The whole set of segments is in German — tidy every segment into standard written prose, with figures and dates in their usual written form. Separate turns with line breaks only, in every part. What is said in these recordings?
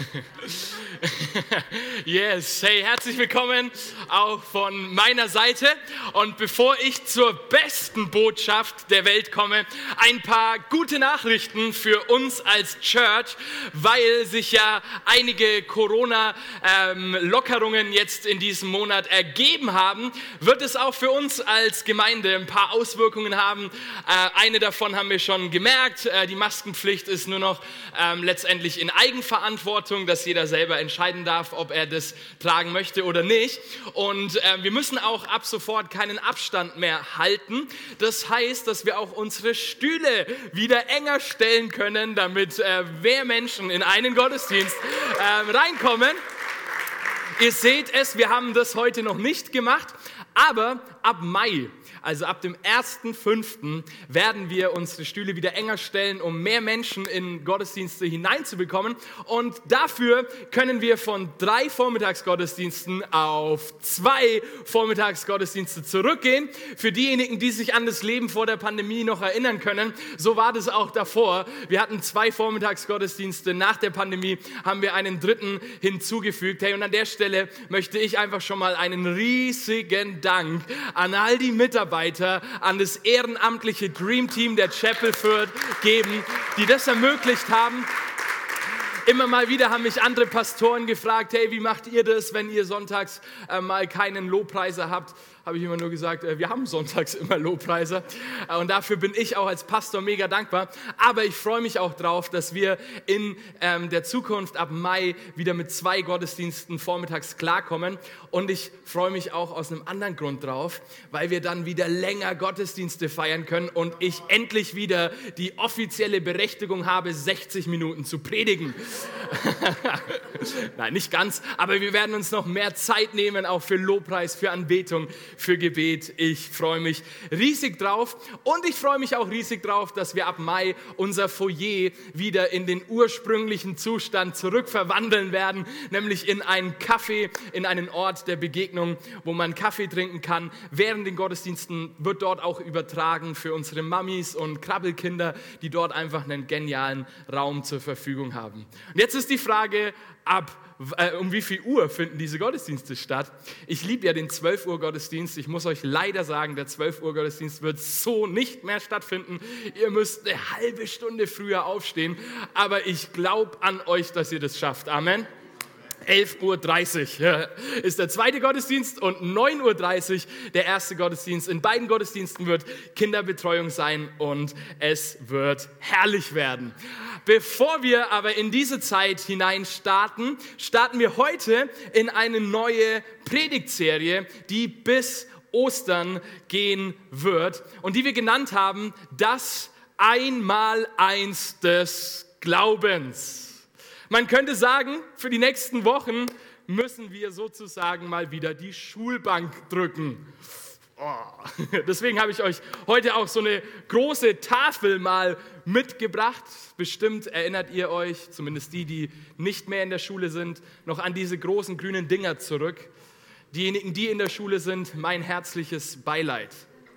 Yes, hey, herzlich willkommen auch von meiner Seite. Und bevor ich zur besten Botschaft der Welt komme, ein paar gute Nachrichten für uns als Church, weil sich ja einige Corona-Lockerungen jetzt in diesem Monat ergeben haben, wird es auch für uns als Gemeinde ein paar Auswirkungen haben. Eine davon haben wir schon gemerkt, die Maskenpflicht ist nur noch letztendlich in Eigenverantwortung, dass jeder selber entscheiden darf, ob er das tragen möchte oder nicht. Und wir müssen auch ab sofort keinen Abstand mehr halten. Das heißt, dass wir auch unsere Stühle wieder enger stellen können, damit mehr Menschen in einen Gottesdienst reinkommen. Ihr seht es, wir haben das heute noch nicht gemacht, aber ab Mai, also ab dem 1.5. werden wir unsere Stühle wieder enger stellen, um mehr Menschen in Gottesdienste hineinzubekommen. Und dafür können wir von 3 Vormittagsgottesdiensten auf 2 Vormittagsgottesdienste zurückgehen. Für diejenigen, die sich an das Leben vor der Pandemie noch erinnern können, so war das auch davor. Wir hatten 2 Vormittagsgottesdienste. Nach der Pandemie haben wir einen 3. hinzugefügt. Hey, und an der Stelle möchte ich einfach schon mal einen riesigen Dank an all die Mitarbeiter, an das ehrenamtliche Dream Team der Chapel Fürth geben, die das ermöglicht haben. Immer mal wieder haben mich andere Pastoren gefragt, hey, wie macht ihr das, wenn ihr sonntags mal keinen Lobpreiser habt? Habe ich immer nur gesagt, wir haben sonntags immer Lobpreiser. Und dafür bin ich auch als Pastor mega dankbar. Aber ich freue mich auch drauf, dass wir in der Zukunft ab Mai wieder mit 2 Gottesdiensten vormittags klarkommen. Und ich freue mich auch aus einem anderen Grund drauf, weil wir dann wieder länger Gottesdienste feiern können und ich endlich wieder die offizielle Berechtigung habe, 60 Minuten zu predigen. Nein, nicht ganz, aber wir werden uns noch mehr Zeit nehmen, auch für Lobpreis, für Anbetung, für Gebet. Ich freue mich riesig drauf und ich freue mich auch riesig drauf, dass wir ab Mai unser Foyer wieder in den ursprünglichen Zustand zurückverwandeln werden, nämlich in einen Café, in einen Ort der Begegnung, wo man Kaffee trinken kann. Während den Gottesdiensten wird dort auch übertragen für unsere Mamis und Krabbelkinder, die dort einfach einen genialen Raum zur Verfügung haben. Und jetzt ist die Frage, um wie viel Uhr finden diese Gottesdienste statt? Ich liebe ja den 12 Uhr Gottesdienst. Ich muss euch leider sagen, der 12 Uhr Gottesdienst wird so nicht mehr stattfinden. Ihr müsst eine halbe Stunde früher aufstehen. Aber ich glaube an euch, dass ihr das schafft. Amen. 11.30 Uhr ist der zweite Gottesdienst und 9.30 Uhr der erste Gottesdienst. In beiden Gottesdiensten wird Kinderbetreuung sein und es wird herrlich werden. Bevor wir aber in diese Zeit hinein starten wir heute in eine neue Predigtserie, die bis Ostern gehen wird und die wir genannt haben, das Einmaleins des Glaubens. Man könnte sagen, für die nächsten Wochen müssen wir sozusagen mal wieder die Schulbank drücken. Deswegen habe ich euch heute auch so eine große Tafel mal mitgebracht. Bestimmt erinnert ihr euch, zumindest die nicht mehr in der Schule sind, noch an diese großen grünen Dinger zurück. Diejenigen, die in der Schule sind, mein herzliches Beileid.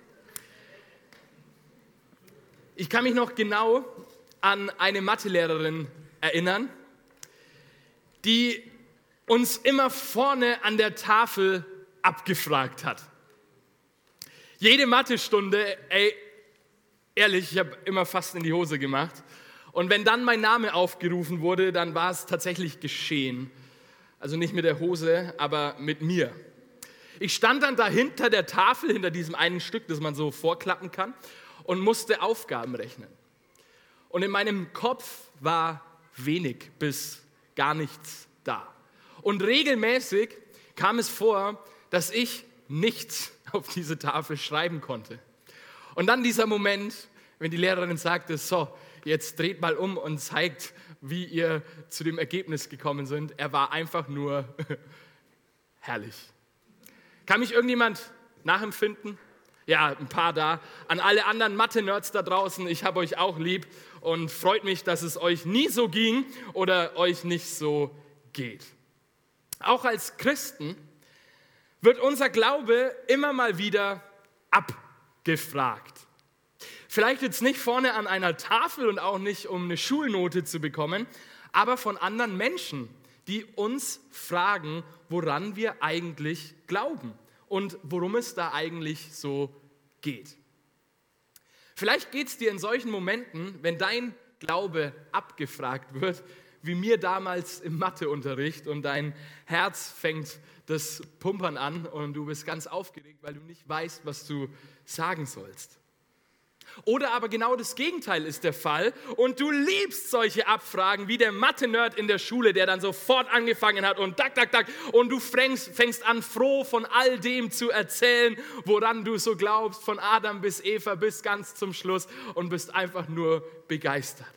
Ich kann mich noch genau an eine Mathelehrerin erinnern, die uns immer vorne an der Tafel abgefragt hat. Jede Mathestunde, ehrlich, ich habe immer fast in die Hose gemacht. Und wenn dann mein Name aufgerufen wurde, dann war es tatsächlich geschehen. Also nicht mit der Hose, aber mit mir. Ich stand dann da hinter der Tafel, hinter diesem einen Stück, das man so vorklappen kann, und musste Aufgaben rechnen. Und in meinem Kopf war wenig bis gar nichts da. Und regelmäßig kam es vor, dass ich nichts auf diese Tafel schreiben konnte. Und dann dieser Moment, wenn die Lehrerin sagte, so, jetzt dreht mal um und zeigt, wie ihr zu dem Ergebnis gekommen sind. Er war einfach nur herrlich. Kann mich irgendjemand nachempfinden? Ja, ein paar da. An alle anderen Mathe-Nerds da draußen, ich habe euch auch lieb und freut mich, dass es euch nie so ging oder euch nicht so geht. Auch als Christen wird unser Glaube immer mal wieder abgefragt. Vielleicht jetzt nicht vorne an einer Tafel und auch nicht, um eine Schulnote zu bekommen, aber von anderen Menschen, die uns fragen, woran wir eigentlich glauben und worum es da eigentlich so geht. Vielleicht geht es dir in solchen Momenten, wenn dein Glaube abgefragt wird, wie mir damals im Matheunterricht und dein Herz fängt das Pumpern an und du bist ganz aufgeregt, weil du nicht weißt, was du sagen sollst. Oder aber genau das Gegenteil ist der Fall und du liebst solche Abfragen wie der Mathe-Nerd in der Schule, der dann sofort angefangen hat und und du fängst an, froh von all dem zu erzählen, woran du so glaubst, von Adam bis Eva bis ganz zum Schluss und bist einfach nur begeistert.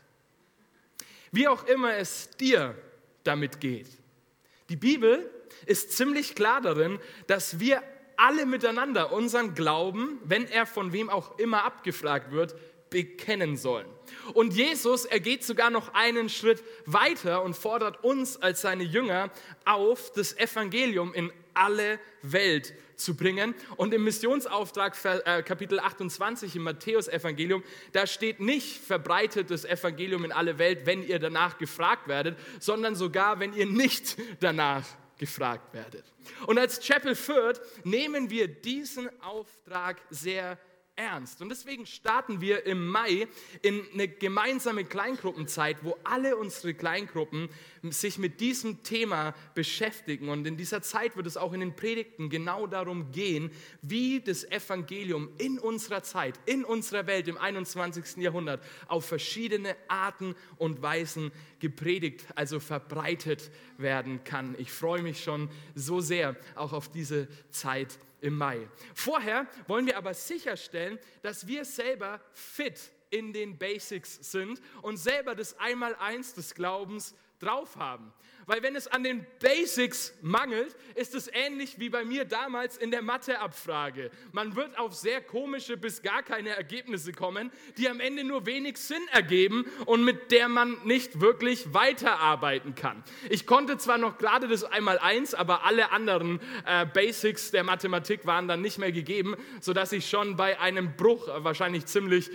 Wie auch immer es dir damit geht. Die Bibel ist ziemlich klar darin, dass wir alle miteinander unseren Glauben, wenn er von wem auch immer abgefragt wird, bekennen sollen. Und Jesus, er geht sogar noch einen Schritt weiter und fordert uns als seine Jünger auf, das Evangelium in alle Welt zu bringen. Und im Missionsauftrag Kapitel 28 im Matthäus-Evangelium, da steht nicht, verbreitet das Evangelium in alle Welt, wenn ihr danach gefragt werdet, sondern sogar, wenn ihr nicht danach gefragt werdet. Und als Chapel Fürth nehmen wir diesen Auftrag sehr ernst. Und deswegen starten wir im Mai in eine gemeinsame Kleingruppenzeit, wo alle unsere Kleingruppen sich mit diesem Thema beschäftigen. Und in dieser Zeit wird es auch in den Predigten genau darum gehen, wie das Evangelium in unserer Zeit, in unserer Welt im 21. Jahrhundert auf verschiedene Arten und Weisen gepredigt, also verbreitet werden kann. Ich freue mich schon so sehr auch auf diese Zeit im Mai. Vorher wollen wir aber sicherstellen, dass wir selber fit in den Basics sind und selber das Einmaleins des Glaubens drauf haben. Weil wenn es an den Basics mangelt, ist es ähnlich wie bei mir damals in der Matheabfrage. Man wird auf sehr komische bis gar keine Ergebnisse kommen, die am Ende nur wenig Sinn ergeben und mit der man nicht wirklich weiterarbeiten kann. Ich konnte zwar noch gerade das Einmaleins, aber alle anderen Basics der Mathematik waren dann nicht mehr gegeben, sodass ich schon bei einem Bruch wahrscheinlich ziemlich,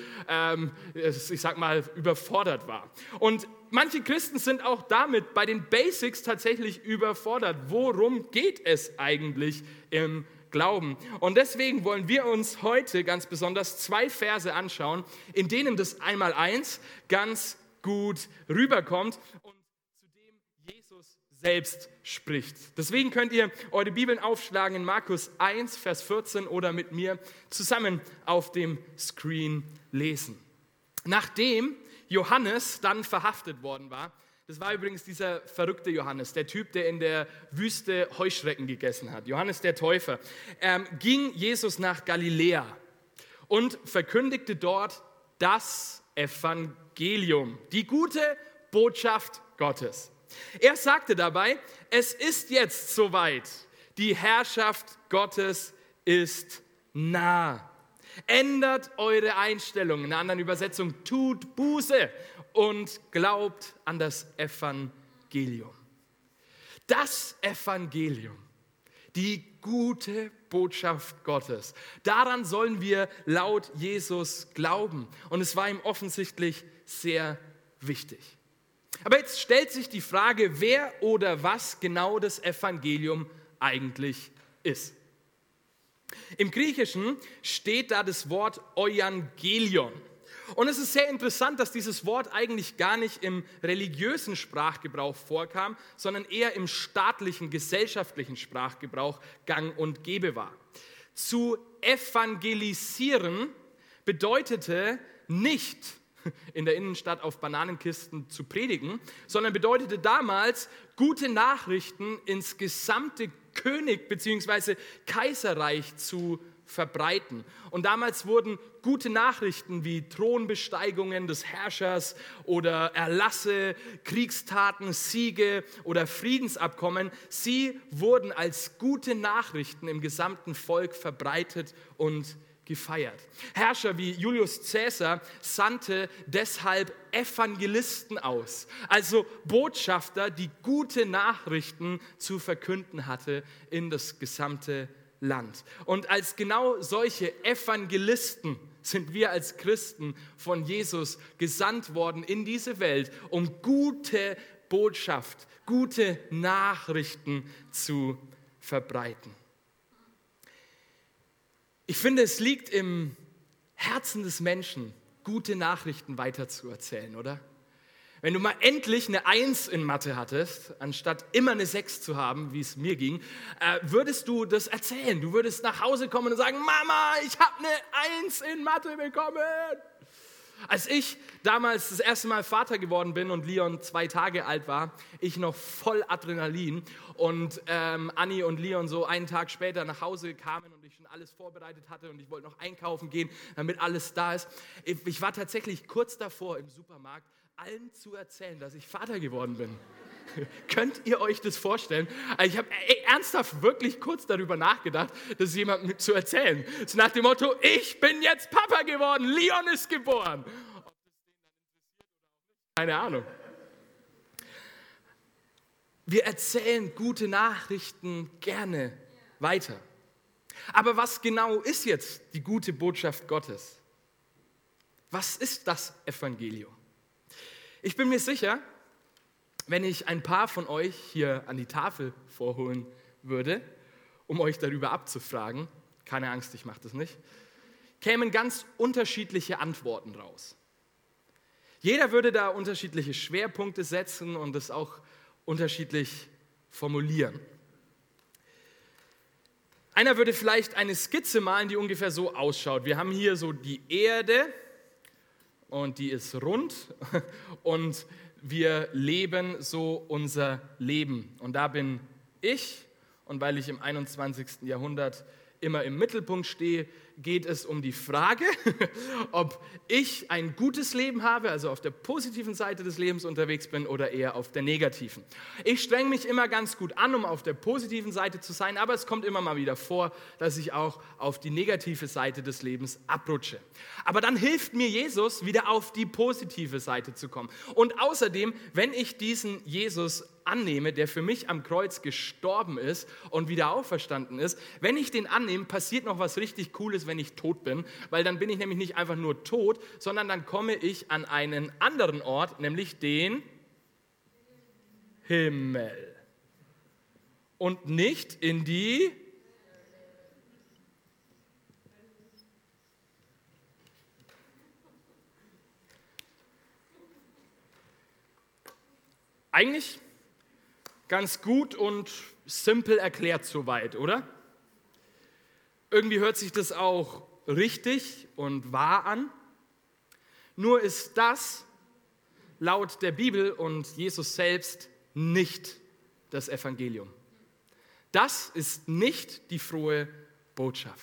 überfordert war. Und manche Christen sind auch damit bei den Basics tatsächlich überfordert. Worum geht es eigentlich im Glauben? Und deswegen wollen wir uns heute ganz besonders 2 Verse anschauen, in denen das Einmaleins ganz gut rüberkommt und zu dem Jesus selbst spricht. Deswegen könnt ihr eure Bibeln aufschlagen in Markus 1, Vers 14 oder mit mir zusammen auf dem Screen lesen. Nachdem Johannes dann verhaftet worden war, das war übrigens dieser verrückte Johannes, der Typ, der in der Wüste Heuschrecken gegessen hat, Johannes der Täufer, ging Jesus nach Galiläa und verkündigte dort das Evangelium, die gute Botschaft Gottes. Er sagte dabei, es ist jetzt soweit, die Herrschaft Gottes ist nah. Ändert eure Einstellung. In einer anderen Übersetzung, tut Buße und glaubt an das Evangelium. Das Evangelium, die gute Botschaft Gottes. Daran sollen wir laut Jesus glauben. Und es war ihm offensichtlich sehr wichtig. Aber jetzt stellt sich die Frage, wer oder was genau das Evangelium eigentlich ist. Im Griechischen steht da das Wort Euangelion. Und es ist sehr interessant, dass dieses Wort eigentlich gar nicht im religiösen Sprachgebrauch vorkam, sondern eher im staatlichen, gesellschaftlichen Sprachgebrauch gang und gäbe war. Zu evangelisieren bedeutete nicht, in der Innenstadt auf Bananenkisten zu predigen, sondern bedeutete damals, gute Nachrichten ins gesamte König bzw. Kaiserreich zu verbreiten. Und damals wurden gute Nachrichten wie Thronbesteigungen des Herrschers oder Erlasse, Kriegstaten, Siege oder Friedensabkommen, sie wurden als gute Nachrichten im gesamten Volk verbreitet und gefeiert. Herrscher wie Julius Caesar sandte deshalb Evangelisten aus, also Botschafter, die gute Nachrichten zu verkünden hatte in das gesamte Land. Und als genau solche Evangelisten sind wir als Christen von Jesus gesandt worden in diese Welt, um gute Botschaft, gute Nachrichten zu verbreiten. Ich finde, es liegt im Herzen des Menschen, gute Nachrichten weiterzuerzählen, oder? Wenn du mal endlich eine 1 in Mathe hattest, anstatt immer eine 6 zu haben, wie es mir ging, würdest du das erzählen. Du würdest nach Hause kommen und sagen, Mama, ich habe eine 1 in Mathe bekommen. Als ich damals das erste Mal Vater geworden bin und Leon 2 Tage alt war, ich noch voll Adrenalin und Anni und Leon so einen Tag später nach Hause kamen und ich schon alles vorbereitet hatte und ich wollte noch einkaufen gehen, damit alles da ist. Ich war tatsächlich kurz davor im Supermarkt, allen zu erzählen, dass ich Vater geworden bin. Könnt ihr euch das vorstellen? Also ich habe ernsthaft wirklich kurz darüber nachgedacht, das jemandem zu erzählen. So nach dem Motto, ich bin jetzt Papa geworden, Leon ist geboren. Ob das den dann interessiert oder auch nicht, keine Ahnung. Wir erzählen gute Nachrichten gerne weiter. Aber was genau ist jetzt die gute Botschaft Gottes? Was ist das Evangelium? Ich bin mir sicher, wenn ich ein paar von euch hier an die Tafel vorholen würde, um euch darüber abzufragen, keine Angst, ich mache das nicht, kämen ganz unterschiedliche Antworten raus. Jeder würde da unterschiedliche Schwerpunkte setzen und es auch unterschiedlich formulieren. Einer würde vielleicht eine Skizze malen, die ungefähr so ausschaut. Wir haben hier so die Erde und die ist rund und wir leben so unser Leben. Und da bin ich und weil ich im 21. Jahrhundert immer im Mittelpunkt stehe, geht es um die Frage, ob ich ein gutes Leben habe, also auf der positiven Seite des Lebens unterwegs bin oder eher auf der negativen. Ich strenge mich immer ganz gut an, um auf der positiven Seite zu sein, aber es kommt immer mal wieder vor, dass ich auch auf die negative Seite des Lebens abrutsche. Aber dann hilft mir Jesus, wieder auf die positive Seite zu kommen. Und außerdem, wenn ich diesen Jesus annehme, der für mich am Kreuz gestorben ist und wieder auferstanden ist, wenn ich den annehme, passiert noch was richtig Cooles, wenn ich tot bin, weil dann bin ich nämlich nicht einfach nur tot, sondern dann komme ich an einen anderen Ort, nämlich den Himmel und nicht in die eigentlich ganz gut und simpel erklärt soweit, oder? Irgendwie hört sich das auch richtig und wahr an. Nur ist das laut der Bibel und Jesus selbst nicht das Evangelium. Das ist nicht die frohe Botschaft.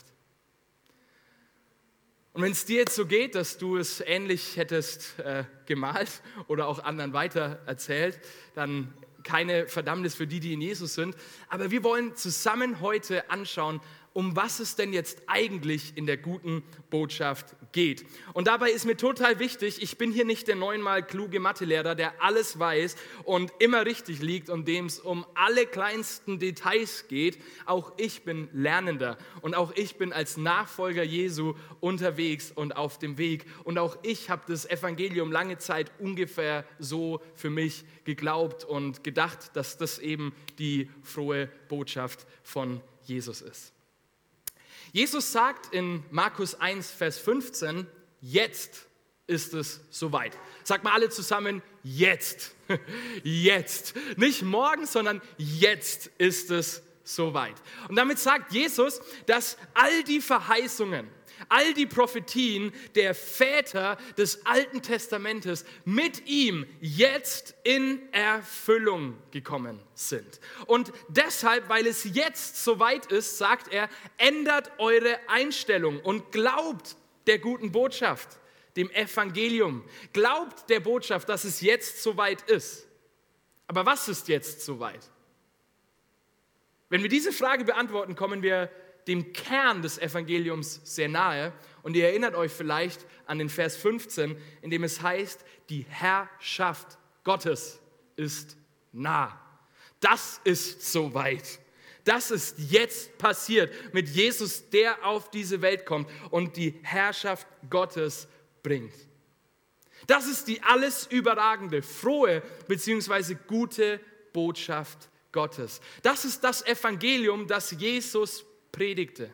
Und wenn es dir jetzt so geht, dass du es ähnlich hättest gemalt oder auch anderen weiter erzählt, dann keine Verdammnis für die, die in Jesus sind. Aber wir wollen zusammen heute anschauen, um was es denn jetzt eigentlich in der guten Botschaft geht. Und dabei ist mir total wichtig, ich bin hier nicht der 9-mal kluge Mathelehrer, der alles weiß und immer richtig liegt und dem es um alle kleinsten Details geht. Auch ich bin Lernender und auch ich bin als Nachfolger Jesu unterwegs und auf dem Weg. Und auch ich habe das Evangelium lange Zeit ungefähr so für mich geglaubt und gedacht, dass das eben die frohe Botschaft von Jesus ist. Jesus sagt in Markus 1, Vers 15, jetzt ist es soweit. Sagt mal alle zusammen, jetzt. Jetzt. Nicht morgen, sondern jetzt ist es soweit. Und damit sagt Jesus, dass all die Verheißungen, all die Prophetien der Väter des Alten Testamentes mit ihm jetzt in Erfüllung gekommen sind. Und deshalb, weil es jetzt soweit ist, sagt er, ändert eure Einstellung und glaubt der guten Botschaft, dem Evangelium. Glaubt der Botschaft, dass es jetzt soweit ist. Aber was ist jetzt soweit? Wenn wir diese Frage beantworten, kommen wir dem Kern des Evangeliums sehr nahe. Und ihr erinnert euch vielleicht an den Vers 15, in dem es heißt, die Herrschaft Gottes ist nah. Das ist soweit. Das ist jetzt passiert mit Jesus, der auf diese Welt kommt und die Herrschaft Gottes bringt. Das ist die alles überragende, frohe bzw. gute Botschaft Gottes. Das ist das Evangelium, das Jesus predigte.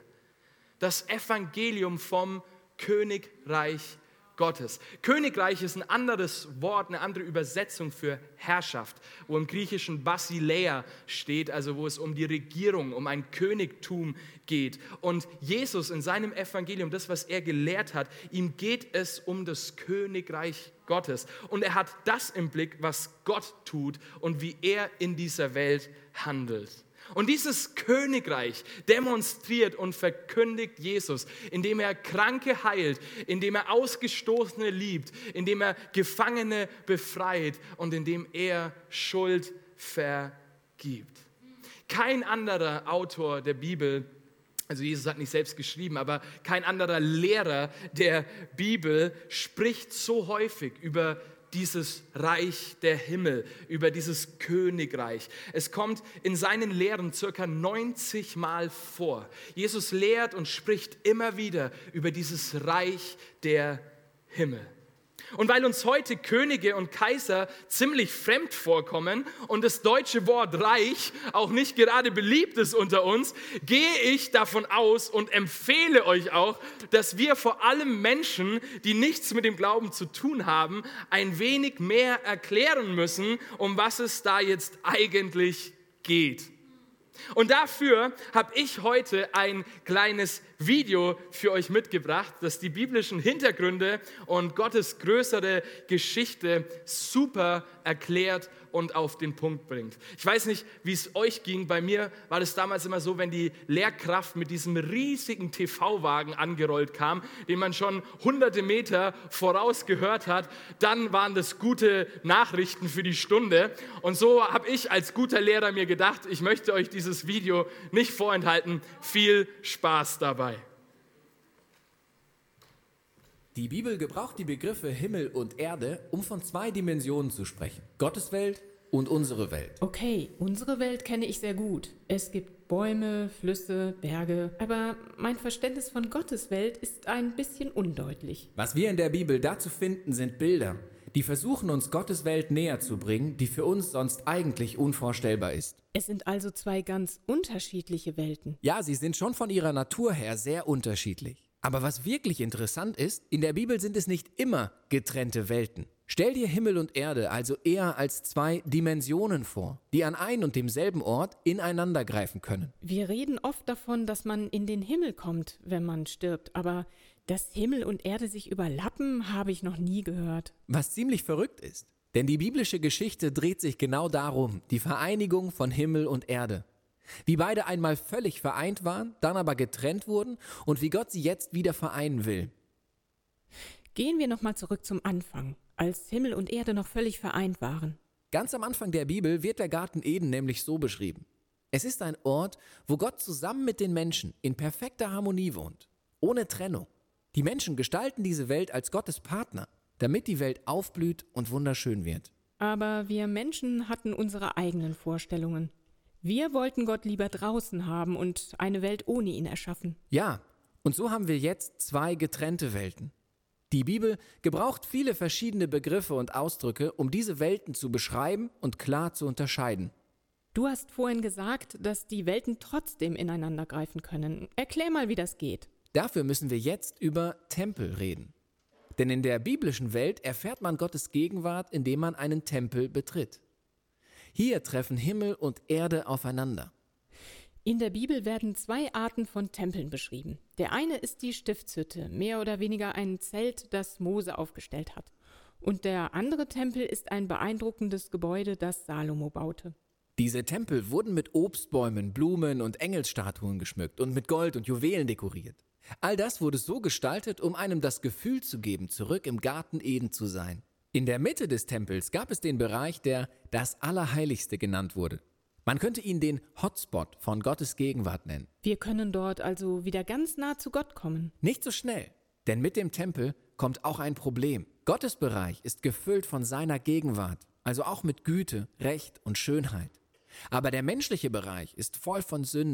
Das Evangelium vom Königreich Gottes. Königreich ist ein anderes Wort, eine andere Übersetzung für Herrschaft, wo im Griechischen Basileia steht, also wo es um die Regierung, um ein Königtum geht. Und Jesus in seinem Evangelium, das, was er gelehrt hat, ihm geht es um das Königreich Gottes. Und er hat das im Blick, was Gott tut und wie er in dieser Welt handelt. Und dieses Königreich demonstriert und verkündigt Jesus, indem er Kranke heilt, indem er Ausgestoßene liebt, indem er Gefangene befreit und indem er Schuld vergibt. Kein anderer Autor der Bibel, also Jesus hat nicht selbst geschrieben, aber kein anderer Lehrer der Bibel spricht so häufig über dieses Reich der Himmel, über dieses Königreich. Es kommt in seinen Lehren circa 90 Mal vor. Jesus lehrt und spricht immer wieder über dieses Reich der Himmel. Und weil uns heute Könige und Kaiser ziemlich fremd vorkommen und das deutsche Wort Reich auch nicht gerade beliebt ist unter uns, gehe ich davon aus und empfehle euch auch, dass wir vor allem Menschen, die nichts mit dem Glauben zu tun haben, ein wenig mehr erklären müssen, um was es da jetzt eigentlich geht. Und dafür habe ich heute ein kleines Video für euch mitgebracht, das die biblischen Hintergründe und Gottes größere Geschichte super erklärt und auf den Punkt bringt. Ich weiß nicht, wie es euch ging. Bei mir war das damals immer so, wenn die Lehrkraft mit diesem riesigen TV-Wagen angerollt kam, den man schon hunderte Meter voraus gehört hat, dann waren das gute Nachrichten für die Stunde. Und so habe ich als guter Lehrer mir gedacht, ich möchte euch dieses Video nicht vorenthalten. Viel Spaß dabei.
Die Bibel gebraucht die Begriffe Himmel und Erde, um von zwei Dimensionen zu sprechen. Gottes Welt und unsere Welt.
Okay, unsere Welt kenne ich sehr gut. Es gibt Bäume, Flüsse, Berge. Aber mein Verständnis von Gottes Welt ist ein bisschen undeutlich.
Was wir in der Bibel dazu finden, sind Bilder, die versuchen, uns Gottes Welt näher zu bringen, die für uns sonst eigentlich unvorstellbar ist.
Es sind also zwei ganz unterschiedliche Welten.
Ja, sie sind schon von ihrer Natur her sehr unterschiedlich. Aber was wirklich interessant ist, in der Bibel sind es nicht immer getrennte Welten. Stell dir Himmel und Erde also eher als zwei Dimensionen vor, die an ein und demselben Ort ineinander greifen können.
Wir reden oft davon, dass man in den Himmel kommt, wenn man stirbt. Aber dass Himmel und Erde sich überlappen, habe ich noch nie gehört.
Was ziemlich verrückt ist. Denn die biblische Geschichte dreht sich genau darum, die Vereinigung von Himmel und Erde. Wie beide einmal völlig vereint waren, dann aber getrennt wurden und wie Gott sie jetzt wieder vereinen will.
Gehen wir nochmal zurück zum Anfang, als Himmel und Erde noch völlig vereint waren.
Ganz am Anfang der Bibel wird der Garten Eden nämlich so beschrieben. Es ist ein Ort, wo Gott zusammen mit den Menschen in perfekter Harmonie wohnt, ohne Trennung. Die Menschen gestalten diese Welt als Gottes Partner, damit die Welt aufblüht und wunderschön wird.
Aber wir Menschen hatten unsere eigenen Vorstellungen. Wir wollten Gott lieber draußen haben und eine Welt ohne ihn erschaffen.
Ja, und so haben wir jetzt zwei getrennte Welten. Die Bibel gebraucht viele verschiedene Begriffe und Ausdrücke, um diese Welten zu beschreiben und klar zu unterscheiden.
Du hast vorhin gesagt, dass die Welten trotzdem ineinander greifen können. Erklär mal, wie das geht.
Dafür müssen wir jetzt über Tempel reden. Denn in der biblischen Welt erfährt man Gottes Gegenwart, indem man einen Tempel betritt. Hier treffen Himmel und Erde aufeinander.
In der Bibel werden zwei Arten von Tempeln beschrieben. Der eine ist die Stiftshütte, mehr oder weniger ein Zelt, das Mose aufgestellt hat. Und der andere Tempel ist ein beeindruckendes Gebäude, das Salomo baute.
Diese Tempel wurden mit Obstbäumen, Blumen und Engelsstatuen geschmückt und mit Gold und Juwelen dekoriert. All das wurde so gestaltet, um einem das Gefühl zu geben, zurück im Garten Eden zu sein. In der Mitte des Tempels gab es den Bereich, der das Allerheiligste genannt wurde. Man könnte ihn den Hotspot von Gottes Gegenwart nennen.
Wir können dort also wieder ganz nah zu Gott kommen.
Nicht so schnell, denn mit dem Tempel kommt auch ein Problem. Gottes Bereich ist gefüllt von seiner Gegenwart, also auch mit Güte, Recht und Schönheit. Aber der menschliche Bereich ist voll von Sünde,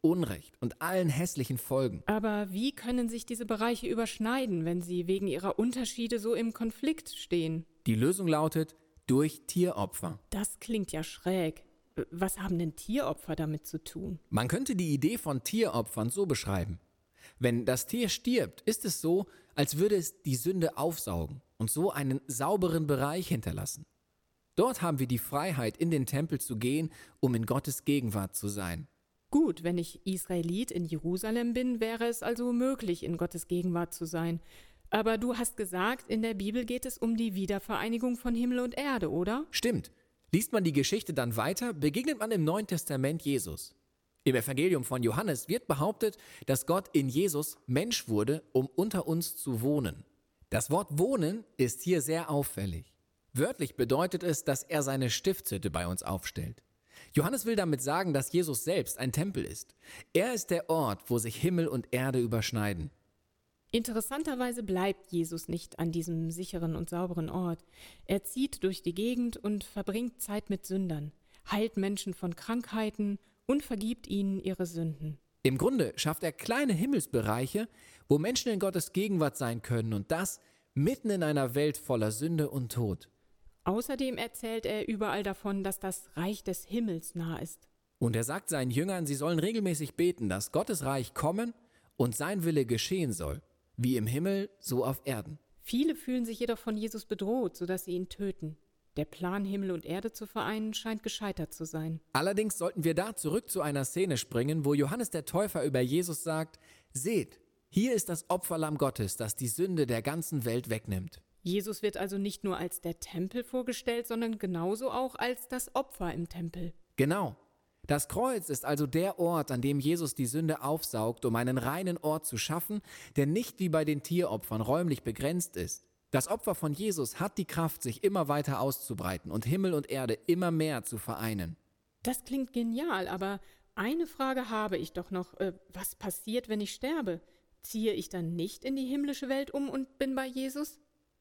Unrecht und allen hässlichen Folgen.
Aber wie können sich diese Bereiche überschneiden, wenn sie wegen ihrer Unterschiede so im Konflikt stehen?
Die Lösung lautet durch Tieropfer.
Das klingt ja schräg. Was haben denn Tieropfer damit zu tun?
Man könnte die Idee von Tieropfern so beschreiben. Wenn das Tier stirbt, ist es so, als würde es die Sünde aufsaugen und so einen sauberen Bereich hinterlassen. Dort haben wir die Freiheit, in den Tempel zu gehen, um in Gottes Gegenwart zu sein.
Gut, wenn ich Israelit in Jerusalem bin, wäre es also möglich, in Gottes Gegenwart zu sein. Aber du hast gesagt, in der Bibel geht es um die Wiedervereinigung von Himmel und Erde, oder?
Stimmt. Liest man die Geschichte dann weiter, begegnet man im Neuen Testament Jesus. Im Evangelium von Johannes wird behauptet, dass Gott in Jesus Mensch wurde, um unter uns zu wohnen. Das Wort wohnen ist hier sehr auffällig. Wörtlich bedeutet es, dass er seine Stiftshütte bei uns aufstellt. Johannes will damit sagen, dass Jesus selbst ein Tempel ist. Er ist der Ort, wo sich Himmel und Erde überschneiden.
Interessanterweise bleibt Jesus nicht an diesem sicheren und sauberen Ort. Er zieht durch die Gegend und verbringt Zeit mit Sündern, heilt Menschen von Krankheiten und vergibt ihnen ihre Sünden.
Im Grunde schafft er kleine Himmelsbereiche, wo Menschen in Gottes Gegenwart sein können und das mitten in einer Welt voller Sünde und Tod.
Außerdem erzählt er überall davon, dass das Reich des Himmels nah ist.
Und er sagt seinen Jüngern, sie sollen regelmäßig beten, dass Gottes Reich kommen und sein Wille geschehen soll. Wie im Himmel, so auf Erden.
Viele fühlen sich jedoch von Jesus bedroht, sodass sie ihn töten. Der Plan, Himmel und Erde zu vereinen, scheint gescheitert zu sein.
Allerdings sollten wir da zurück zu einer Szene springen, wo Johannes der Täufer über Jesus sagt, seht, hier ist das Opferlamm Gottes, das die Sünde der ganzen Welt wegnimmt.
Jesus wird also nicht nur als der Tempel vorgestellt, sondern genauso auch als das Opfer im Tempel.
Genau. Das Kreuz ist also der Ort, an dem Jesus die Sünde aufsaugt, um einen reinen Ort zu schaffen, der nicht wie bei den Tieropfern räumlich begrenzt ist. Das Opfer von Jesus hat die Kraft, sich immer weiter auszubreiten und Himmel und Erde immer mehr zu vereinen.
Das klingt genial, aber eine Frage habe ich doch noch. Was passiert, wenn ich sterbe? Ziehe ich dann nicht in die himmlische Welt um und bin bei Jesus?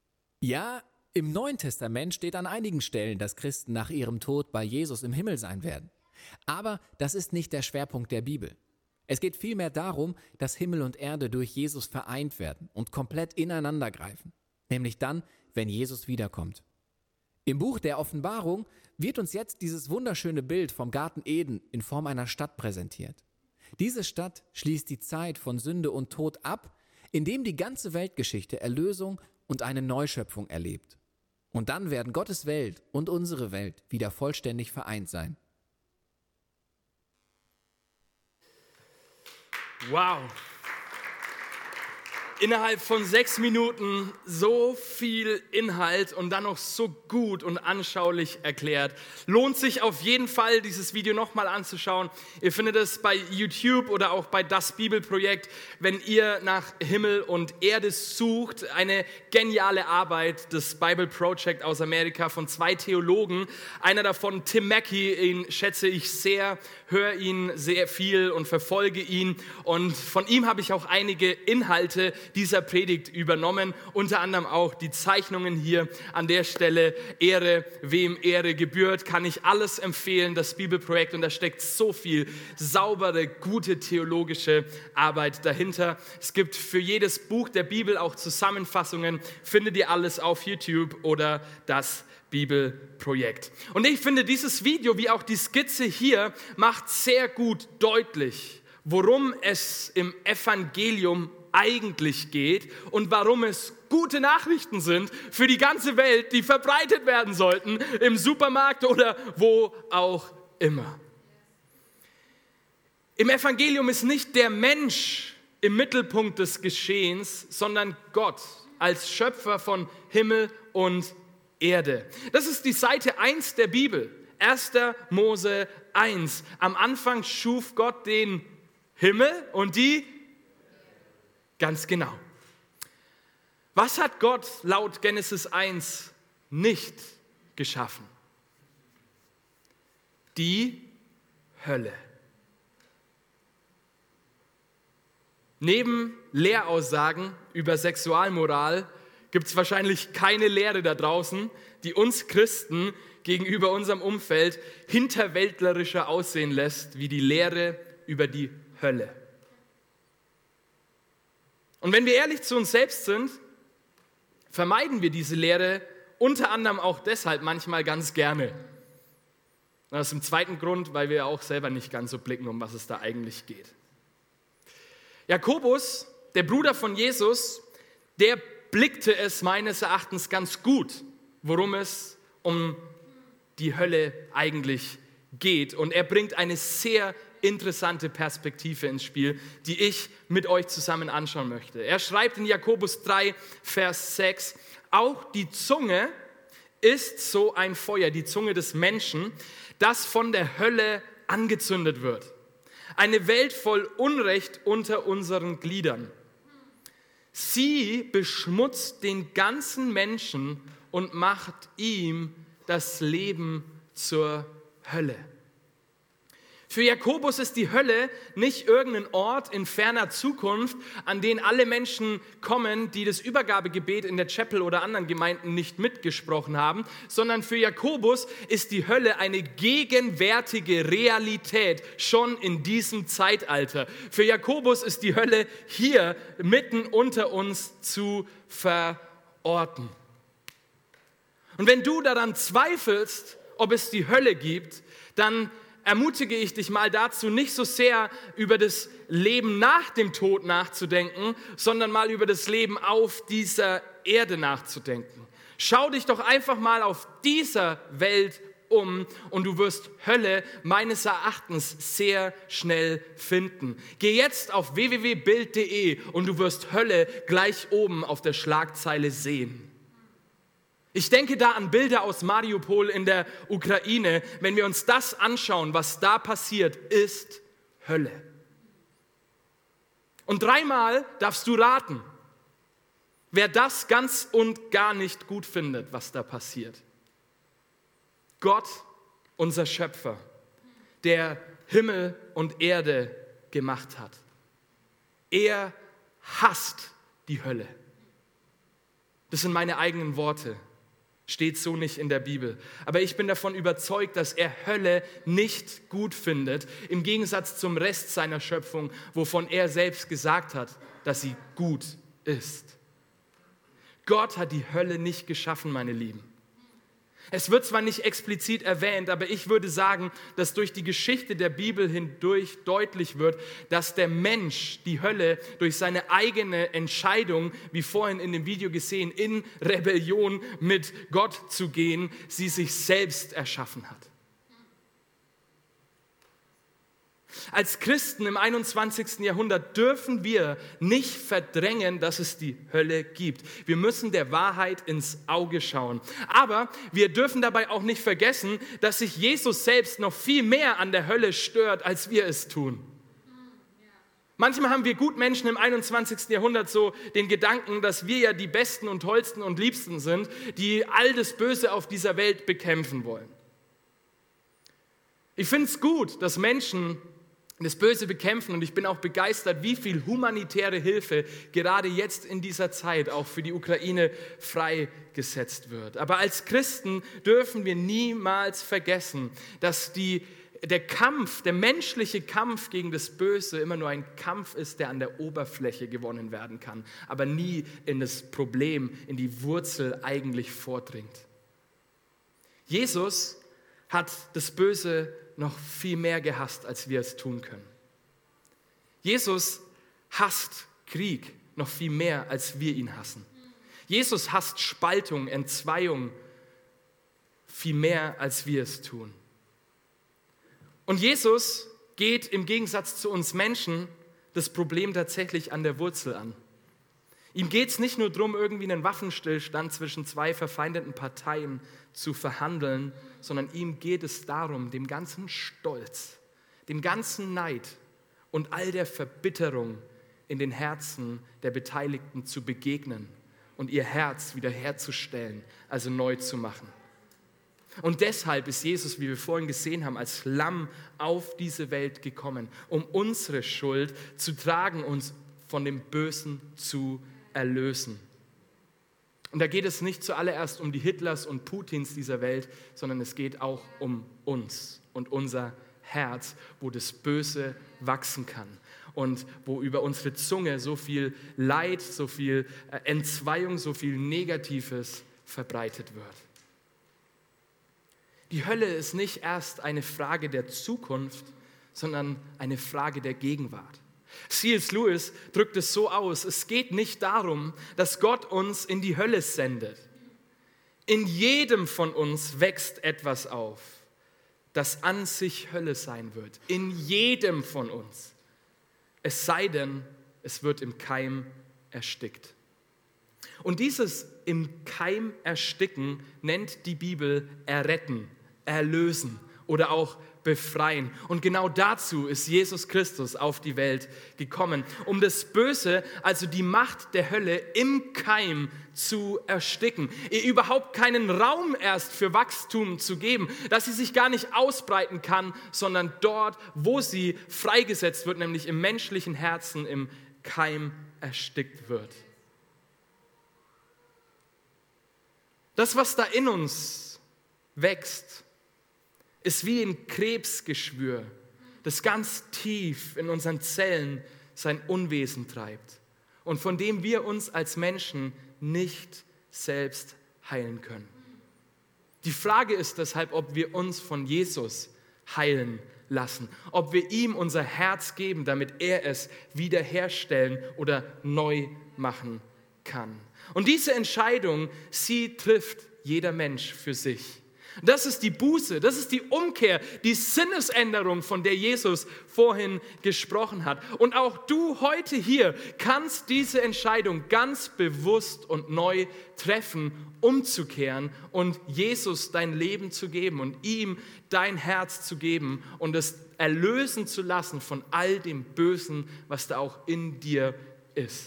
Ja, im Neuen Testament steht an einigen Stellen, dass Christen nach ihrem Tod bei Jesus im Himmel sein werden. Aber das ist nicht der Schwerpunkt der Bibel. Es geht vielmehr darum, dass Himmel und Erde durch Jesus vereint werden und komplett ineinander greifen. Nämlich dann, wenn Jesus wiederkommt. Im Buch der Offenbarung wird uns jetzt dieses wunderschöne Bild vom Garten Eden in Form einer Stadt präsentiert. Diese Stadt schließt die Zeit von Sünde und Tod ab, indem die ganze Weltgeschichte Erlösung und eine Neuschöpfung erlebt. Und dann werden Gottes Welt und unsere Welt wieder vollständig vereint sein.
Wow. Innerhalb von 6 Minuten so viel Inhalt und dann noch so gut und anschaulich erklärt. Lohnt sich auf jeden Fall, dieses Video nochmal anzuschauen. Ihr findet es bei YouTube oder auch bei Das Bibelprojekt, wenn ihr nach Himmel und Erde sucht. Eine geniale Arbeit des Bible Project aus Amerika von 2 Theologen. Einer davon, Tim Mackie, ihn schätze ich sehr, höre ihn sehr viel und verfolge ihn. Und von ihm habe ich auch einige Inhalte dieser Predigt übernommen, unter anderem auch die Zeichnungen hier an der Stelle. Ehre, wem Ehre gebührt, kann ich alles empfehlen, das Bibelprojekt, und da steckt so viel saubere, gute theologische Arbeit dahinter. Es gibt für jedes Buch der Bibel auch Zusammenfassungen, findet ihr alles auf YouTube oder das Bibelprojekt. Und ich finde, dieses Video, wie auch die Skizze hier, macht sehr gut deutlich, worum es im Evangelium eigentlich geht und warum es gute Nachrichten sind für die ganze Welt, die verbreitet werden sollten, im Supermarkt oder wo auch immer. Im Evangelium ist nicht der Mensch im Mittelpunkt des Geschehens, sondern Gott als Schöpfer von Himmel und Erde. Das ist die Seite 1 der Bibel, 1. Mose 1. Am Anfang schuf Gott den Himmel und die. Ganz genau. Was hat Gott laut Genesis 1 nicht geschaffen? Die Hölle. Neben Lehraussagen über Sexualmoral gibt es wahrscheinlich keine Lehre da draußen, die uns Christen gegenüber unserem Umfeld hinterwäldlerischer aussehen lässt, wie die Lehre über die Hölle. Und wenn wir ehrlich zu uns selbst sind, vermeiden wir diese Lehre unter anderem auch deshalb manchmal ganz gerne. Das ist im zweiten Grund, weil wir auch selber nicht ganz so blicken, um was es da eigentlich geht. Jakobus, der Bruder von Jesus, der blickte es meines Erachtens ganz gut, worum es um die Hölle eigentlich geht. Und er bringt eine sehr interessante Perspektive ins Spiel, die ich mit euch zusammen anschauen möchte. Er schreibt in Jakobus 3, Vers 6, auch die Zunge ist so ein Feuer, die Zunge des Menschen, das von der Hölle angezündet wird. Eine Welt voll Unrecht unter unseren Gliedern. Sie beschmutzt den ganzen Menschen und macht ihm das Leben zur Hölle. Für Jakobus ist die Hölle nicht irgendein Ort in ferner Zukunft, an den alle Menschen kommen, die das Übergabegebet in der Chapel oder anderen Gemeinden nicht mitgesprochen haben, sondern für Jakobus ist die Hölle eine gegenwärtige Realität schon in diesem Zeitalter. Für Jakobus ist die Hölle hier mitten unter uns zu verorten. Und wenn du daran zweifelst, ob es die Hölle gibt, dann ermutige ich dich mal dazu, nicht so sehr über das Leben nach dem Tod nachzudenken, sondern mal über das Leben auf dieser Erde nachzudenken. Schau dich doch einfach mal auf dieser Welt um und du wirst Hölle meines Erachtens sehr schnell finden. Geh jetzt auf www.bild.de und du wirst Hölle gleich oben auf der Schlagzeile sehen. Ich denke da an Bilder aus Mariupol in der Ukraine. Wenn wir uns das anschauen, was da passiert, ist Hölle. Und 3-mal darfst du raten, wer das ganz und gar nicht gut findet, was da passiert. Gott, unser Schöpfer, der Himmel und Erde gemacht hat. Er hasst die Hölle. Das sind meine eigenen Worte. Steht so nicht in der Bibel. Aber ich bin davon überzeugt, dass er Hölle nicht gut findet, im Gegensatz zum Rest seiner Schöpfung, wovon er selbst gesagt hat, dass sie gut ist. Gott hat die Hölle nicht geschaffen, meine Lieben. Es wird zwar nicht explizit erwähnt, aber ich würde sagen, dass durch die Geschichte der Bibel hindurch deutlich wird, dass der Mensch die Hölle durch seine eigene Entscheidung, wie vorhin in dem Video gesehen, in Rebellion mit Gott zu gehen, sie sich selbst erschaffen hat. Als Christen im 21. Jahrhundert dürfen wir nicht verdrängen, dass es die Hölle gibt. Wir müssen der Wahrheit ins Auge schauen. Aber wir dürfen dabei auch nicht vergessen, dass sich Jesus selbst noch viel mehr an der Hölle stört, als wir es tun. Manchmal haben wir Gutmenschen im 21. Jahrhundert so den Gedanken, dass wir ja die Besten und Tollsten und Liebsten sind, die all das Böse auf dieser Welt bekämpfen wollen. Ich finde es gut, dass Menschen das Böse bekämpfen und ich bin auch begeistert, wie viel humanitäre Hilfe gerade jetzt in dieser Zeit auch für die Ukraine freigesetzt wird. Aber als Christen dürfen wir niemals vergessen, dass der menschliche Kampf gegen das Böse immer nur ein Kampf ist, der an der Oberfläche gewonnen werden kann, aber nie in das Problem, in die Wurzel eigentlich vordringt. Jesus hat das Böse noch viel mehr gehasst, als wir es tun können. Jesus hasst Krieg noch viel mehr, als wir ihn hassen. Jesus hasst Spaltung, Entzweiung viel mehr, als wir es tun. Und Jesus geht im Gegensatz zu uns Menschen das Problem tatsächlich an der Wurzel an. Ihm geht es nicht nur darum, irgendwie einen Waffenstillstand zwischen 2 verfeindeten Parteien zu verhandeln, sondern ihm geht es darum, dem ganzen Stolz, dem ganzen Neid und all der Verbitterung in den Herzen der Beteiligten zu begegnen und ihr Herz wiederherzustellen, also neu zu machen. Und deshalb ist Jesus, wie wir vorhin gesehen haben, als Lamm auf diese Welt gekommen, um unsere Schuld zu tragen, uns von dem Bösen zu erlösen. Und da geht es nicht zuallererst um die Hitlers und Putins dieser Welt, sondern es geht auch um uns und unser Herz, wo das Böse wachsen kann und wo über unsere Zunge so viel Leid, so viel Entzweiung, so viel Negatives verbreitet wird. Die Hölle ist nicht erst eine Frage der Zukunft, sondern eine Frage der Gegenwart. C.S. Lewis drückt es so aus: Es geht nicht darum, dass Gott uns in die Hölle sendet. In jedem von uns wächst etwas auf, das an sich Hölle sein wird. In jedem von uns. Es sei denn, es wird im Keim erstickt. Und dieses im Keim ersticken nennt die Bibel erretten, erlösen oder auch befreien. Und genau dazu ist Jesus Christus auf die Welt gekommen, um das Böse, also die Macht der Hölle, im Keim zu ersticken, ihr überhaupt keinen Raum erst für Wachstum zu geben, dass sie sich gar nicht ausbreiten kann, sondern dort, wo sie freigesetzt wird, nämlich im menschlichen Herzen, im Keim erstickt wird. Das, was da in uns wächst, ist wie ein Krebsgeschwür, das ganz tief in unseren Zellen sein Unwesen treibt und von dem wir uns als Menschen nicht selbst heilen können. Die Frage ist deshalb, ob wir uns von Jesus heilen lassen, ob wir ihm unser Herz geben, damit er es wiederherstellen oder neu machen kann. Und diese Entscheidung, sie trifft jeder Mensch für sich. Das ist die Buße, das ist die Umkehr, die Sinnesänderung, von der Jesus vorhin gesprochen hat. Und auch du heute hier kannst diese Entscheidung ganz bewusst und neu treffen, umzukehren und Jesus dein Leben zu geben und ihm dein Herz zu geben und es erlösen zu lassen von all dem Bösen, was da auch in dir ist.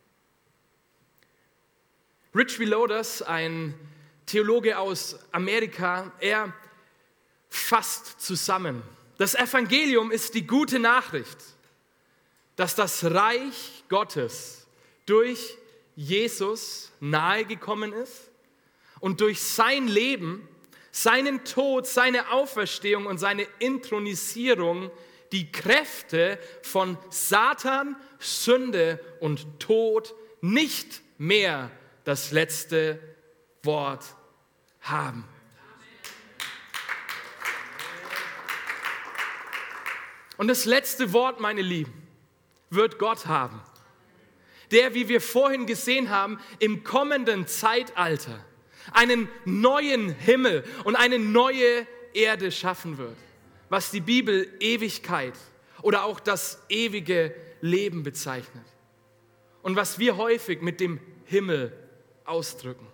Rich Villodas, ein Theologe aus Amerika, er fasst zusammen: Das Evangelium ist die gute Nachricht, dass das Reich Gottes durch Jesus nahegekommen ist und durch sein Leben, seinen Tod, seine Auferstehung und seine Inthronisierung die Kräfte von Satan, Sünde und Tod nicht mehr das letzte Wort haben. Und das letzte Wort, meine Lieben, wird Gott haben, der, wie wir vorhin gesehen haben, im kommenden Zeitalter einen neuen Himmel und eine neue Erde schaffen wird, was die Bibel Ewigkeit oder auch das ewige Leben bezeichnet und was wir häufig mit dem Himmel ausdrücken.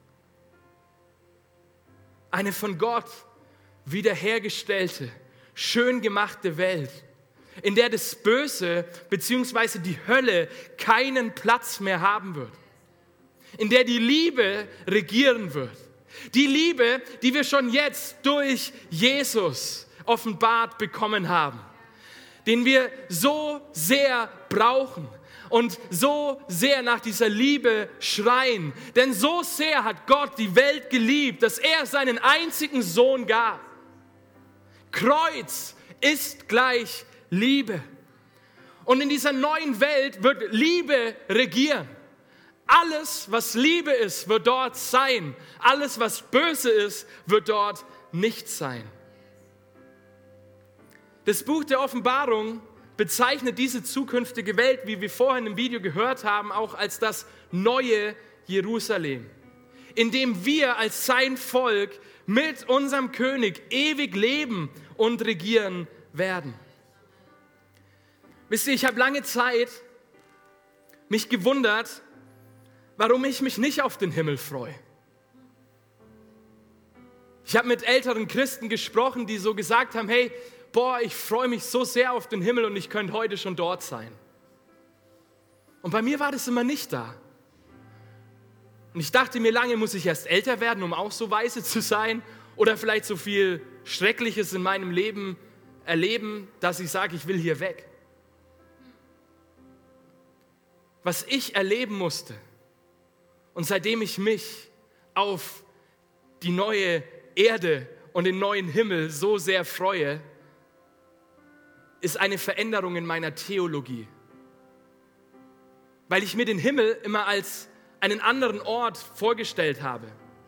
Eine von Gott wiederhergestellte, schön gemachte Welt, in der das Böse bzw. die Hölle keinen Platz mehr haben wird, in der die Liebe regieren wird. Die Liebe, die wir schon jetzt durch Jesus offenbart bekommen haben, den wir so sehr brauchen und so sehr nach dieser Liebe schreien. Denn so sehr hat Gott die Welt geliebt, dass er seinen einzigen Sohn gab. Kreuz ist gleich Liebe. Und in dieser neuen Welt wird Liebe regieren. Alles, was Liebe ist, wird dort sein. Alles, was böse ist, wird dort nicht sein. Das Buch der Offenbarung bezeichnet diese zukünftige Welt, wie wir vorhin im Video gehört haben, auch als das neue Jerusalem, in dem wir als sein Volk mit unserem König ewig leben und regieren werden. Wisst ihr, ich habe lange Zeit mich gewundert, warum ich mich nicht auf den Himmel freue. Ich habe mit älteren Christen gesprochen, die so gesagt haben: Hey, ich freue mich so sehr auf den Himmel und ich könnte heute schon dort sein. Und bei mir war das immer nicht da. Und ich dachte mir lange, muss ich erst älter werden, um auch so weise zu sein? Oder vielleicht so viel Schreckliches in meinem Leben erleben, dass ich sage, ich will hier weg. Was ich erleben musste und seitdem ich mich auf die neue Erde und den neuen Himmel so sehr freue, ist eine Veränderung in meiner Theologie. Weil ich mir den Himmel immer als einen anderen Ort vorgestellt habe.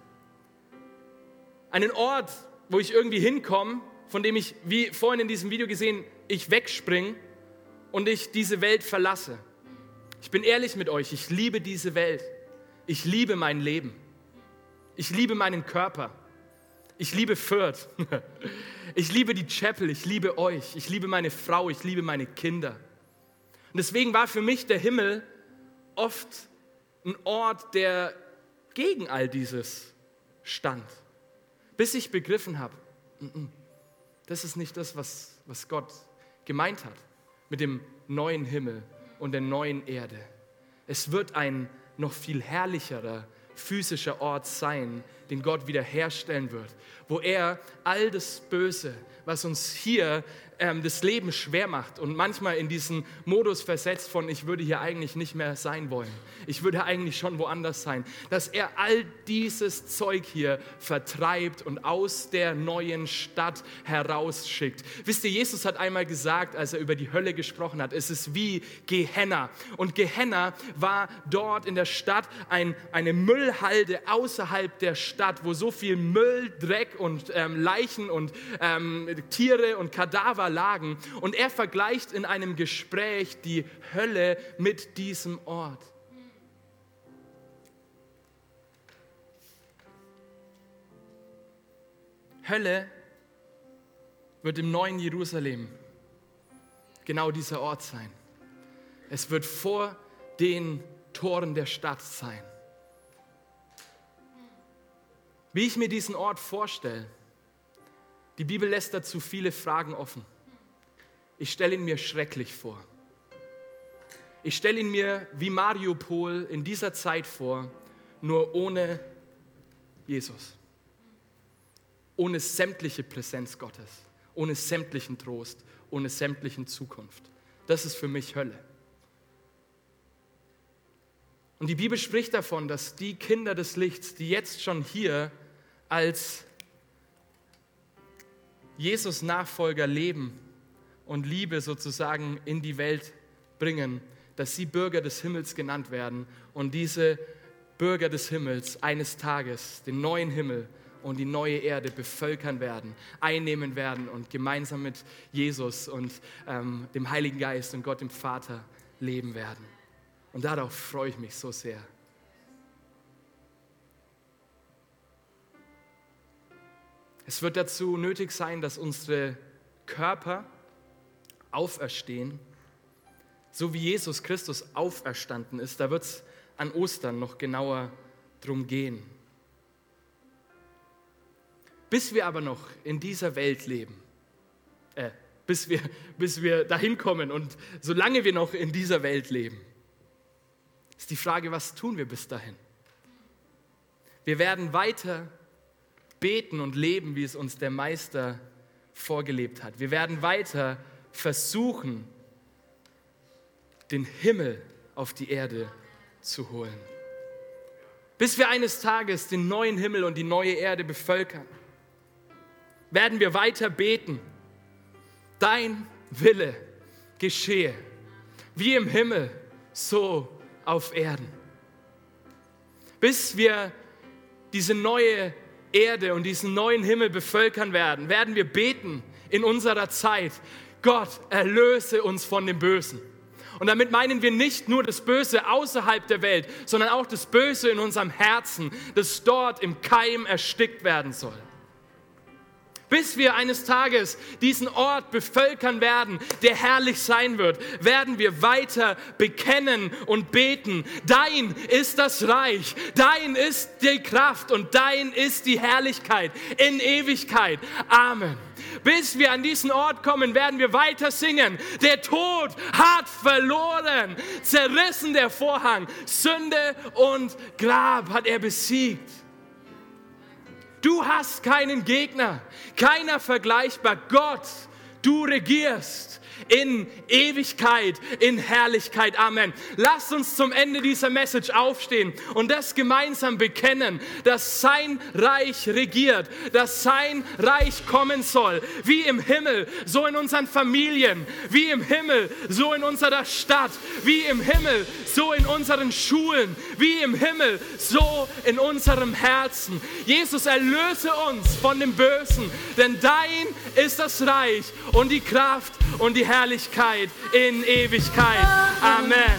Einen Ort, wo ich irgendwie hinkomme, von dem ich, wie vorhin in diesem Video gesehen, ich wegspringe und ich diese Welt verlasse. Ich bin ehrlich mit euch, ich liebe diese Welt. Ich liebe mein Leben. Ich liebe meinen Körper. Ich liebe Fürth. Ich liebe die Chapel. Ich liebe euch. Ich liebe meine Frau. Ich liebe meine Kinder. Und deswegen war für mich der Himmel oft ein Ort, der gegen all dieses stand. Bis ich begriffen habe, das ist nicht das, was Gott gemeint hat mit dem neuen Himmel und der neuen Erde. Es wird ein noch viel herrlicherer physischer Ort sein, den Gott wiederherstellen wird, wo er all das Böse, was uns hier das Leben schwer macht und manchmal in diesen Modus versetzt von, ich würde hier eigentlich nicht mehr sein wollen, ich würde eigentlich schon woanders sein, dass er all dieses Zeug hier vertreibt und aus der neuen Stadt herausschickt. Wisst ihr, Jesus hat einmal gesagt, als er über die Hölle gesprochen hat, es ist wie Gehenna. Und Gehenna war dort in der Stadt eine Müllhalde außerhalb der Stadt, wo so viel Müll, Dreck und Leichen und Tiere und Kadaver lagen. Und er vergleicht in einem Gespräch die Hölle mit diesem Ort. Hölle wird im neuen Jerusalem genau dieser Ort sein. Es wird vor den Toren der Stadt sein. Wie ich mir diesen Ort vorstelle, die Bibel lässt dazu viele Fragen offen. Ich stelle ihn mir schrecklich vor. Ich stelle ihn mir wie Mariupol in dieser Zeit vor, nur ohne Jesus. Ohne sämtliche Präsenz Gottes, ohne sämtlichen Trost, ohne sämtlichen Zukunft. Das ist für mich Hölle. Und die Bibel spricht davon, dass die Kinder des Lichts, die jetzt schon hier als Jesus-Nachfolger leben und Liebe sozusagen in die Welt bringen, dass sie Bürger des Himmels genannt werden und diese Bürger des Himmels eines Tages den neuen Himmel und die neue Erde bevölkern werden, einnehmen werden und gemeinsam mit Jesus und dem Heiligen Geist und Gott dem Vater leben werden. Und darauf freue ich mich so sehr. Es wird dazu nötig sein, dass unsere Körper auferstehen, so wie Jesus Christus auferstanden ist. Da wird es an Ostern noch genauer drum gehen. Bis wir aber noch in dieser Welt leben, bis wir dahin kommen und solange wir noch in dieser Welt leben, ist die Frage, was tun wir bis dahin? Wir werden weiter beten und leben, wie es uns der Meister vorgelebt hat. Wir werden weiter versuchen, den Himmel auf die Erde zu holen. Bis wir eines Tages den neuen Himmel und die neue Erde bevölkern, werden wir weiter beten. Dein Wille geschehe, wie im Himmel, so auf Erden. Bis wir diese neue Erde und diesen neuen Himmel bevölkern werden, werden wir beten in unserer Zeit, Gott, erlöse uns von dem Bösen. Und damit meinen wir nicht nur das Böse außerhalb der Welt, sondern auch das Böse in unserem Herzen, das dort im Keim erstickt werden soll. Bis wir eines Tages diesen Ort bevölkern werden, der herrlich sein wird, werden wir weiter bekennen und beten. Dein ist das Reich, dein ist die Kraft und dein ist die Herrlichkeit in Ewigkeit. Amen. Bis wir an diesen Ort kommen, werden wir weiter singen. Der Tod hat verloren, zerrissen der Vorhang, Sünde und Grab hat er besiegt. Du hast keinen Gegner, keiner vergleichbar. Gott, du regierst. in Ewigkeit, in Herrlichkeit. Amen. Lasst uns zum Ende dieser Message aufstehen und das gemeinsam bekennen, dass sein Reich regiert, dass sein Reich kommen soll, wie im Himmel, so in unseren Familien, wie im Himmel, so in unserer Stadt, wie im Himmel, so in unseren Schulen, wie im Himmel, so in unserem Herzen. Jesus, erlöse uns von dem Bösen, denn dein ist das Reich und die Kraft und die Herrlichkeit in Ewigkeit. Amen.